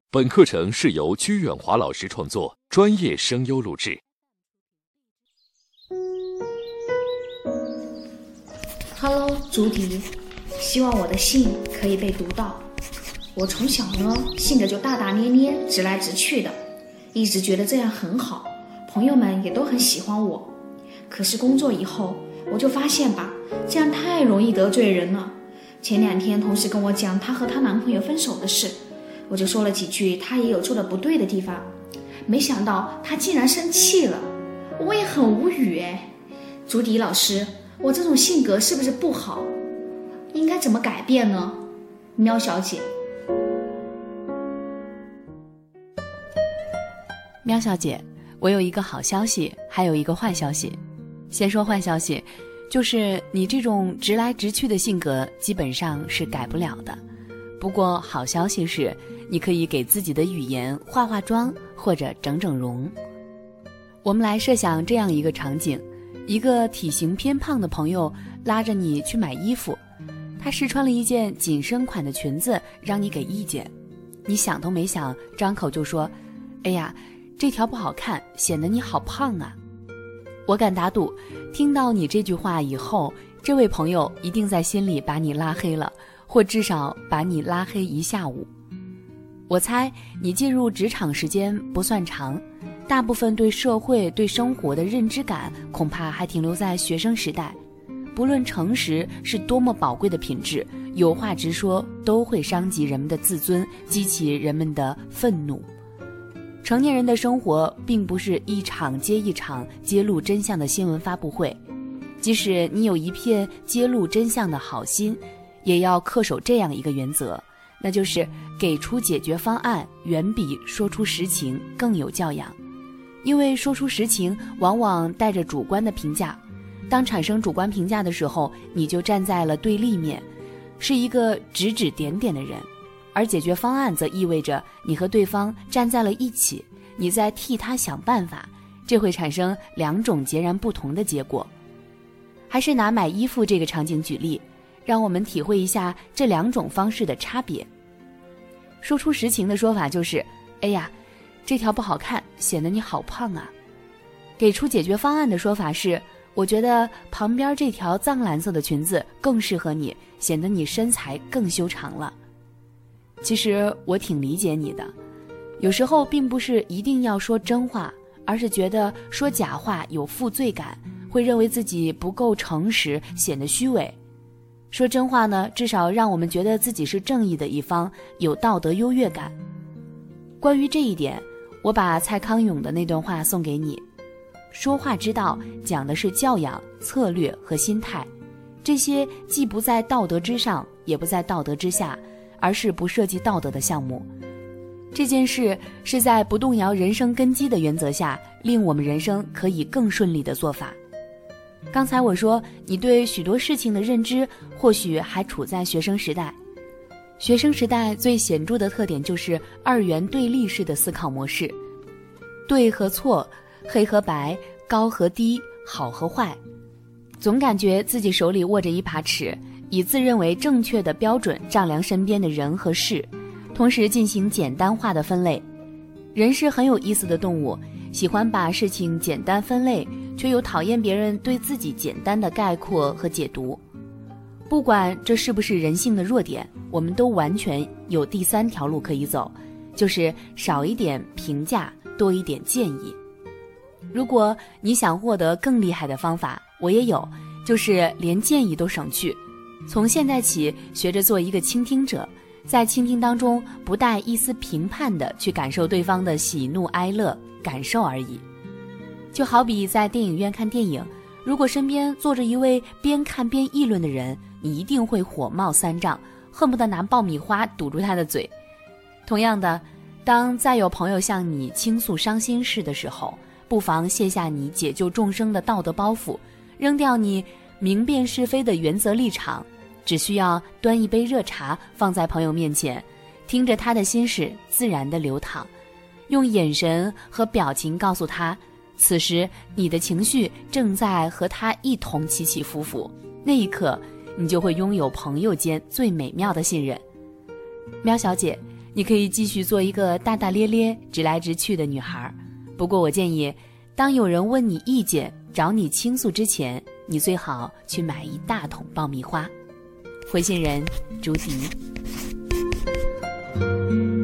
本课程是由居远华老师创作，专业声优录制。 Hello， 竹笛，希望我的信可以被读到。我从小呢，性格就大大咧咧、直来直去的，一直觉得这样很好，朋友们也都很喜欢我。可是工作以后，我就发现吧，这样太容易得罪人了。前2天同事跟我讲她和她男朋友分手的事，我就说了几句她也有做的不对的地方，没想到她竟然生气了，我也很无语竹笛老师，我这种性格是不是不好？应该怎么改变呢？喵小姐。 喵小姐，我有一个好消息，还有一个坏消息。先说坏消息，就是你这种直来直去的性格基本上是改不了的。不过好消息是，你可以给自己的语言化化妆或者整整容。我们来设想这样一个场景，一个体型偏胖的朋友拉着你去买衣服，他试穿了一件紧身款的裙子，让你给意见。你想都没想，张口就说：哎呀，这条不好看，显得你好胖啊。我敢打赌，听到你这句话以后，这位朋友一定在心里把你拉黑了，或至少把你拉黑一下午。我猜你进入职场时间不算长，大部分对社会对生活的认知感恐怕还停留在学生时代。不论诚实是多么宝贵的品质，有话直说都会伤及人们的自尊，激起人们的愤怒。成年人的生活并不是一场接一场揭露真相的新闻发布会，即使你有一片揭露真相的好心，也要恪守这样一个原则，那就是给出解决方案远比说出实情更有教养。因为说出实情往往带着主观的评价，当产生主观评价的时候，你就站在了对立面，是一个指指点点的人。而解决方案则意味着你和对方站在了一起，你在替他想办法，这会产生2种截然不同的结果。还是拿买衣服这个场景举例，让我们体会一下这2种方式的差别。说出实情的说法就是：哎呀，这条不好看，显得你好胖啊。给出解决方案的说法是：我觉得旁边这条藏蓝色的裙子更适合你，显得你身材更修长了。其实我挺理解你的，有时候并不是一定要说真话，而是觉得说假话有负罪感，会认为自己不够诚实，显得虚伪。说真话呢，至少让我们觉得自己是正义的一方，有道德优越感。关于这一点，我把蔡康永的那段话送给你。说话之道讲的是教养、策略和心态，这些既不在道德之上，也不在道德之下，而是不涉及道德的项目。这件事是在不动摇人生根基的原则下，令我们人生可以更顺利的做法。刚才我说，你对许多事情的认知或许还处在学生时代。学生时代最显著的特点就是2元对立式的思考模式，对和错，黑和白，高和低，好和坏。总感觉自己手里握着一把尺，以自认为正确的标准丈量身边的人和事，同时进行简单化的分类。人是很有意思的动物，喜欢把事情简单分类，却又讨厌别人对自己简单的概括和解读。不管这是不是人性的弱点，我们都完全有第3条路可以走，就是少一点评价，多一点建议。如果你想获得更厉害的方法，我也有，就是连建议都省去。从现在起，学着做一个倾听者，在倾听当中不带一丝评判的去感受对方的喜怒哀乐，感受而已。就好比在电影院看电影，如果身边坐着一位边看边议论的人，你一定会火冒3丈，恨不得拿爆米花堵住他的嘴。同样的，当再有朋友向你倾诉伤心事的时候，不妨卸下你解救众生的道德包袱，扔掉你明辨是非的原则立场，只需要端一杯热茶放在朋友面前，听着他的心事自然地流淌，用眼神和表情告诉他，此时你的情绪正在和他一同起起伏伏，那一刻你就会拥有朋友间最美妙的信任。喵小姐， 你可以继续做一个大大咧咧、直来直去的女孩。不过我建议，当有人问你意见、找你倾诉之前，你最好去买一大桶爆米花。回信人：朱迪。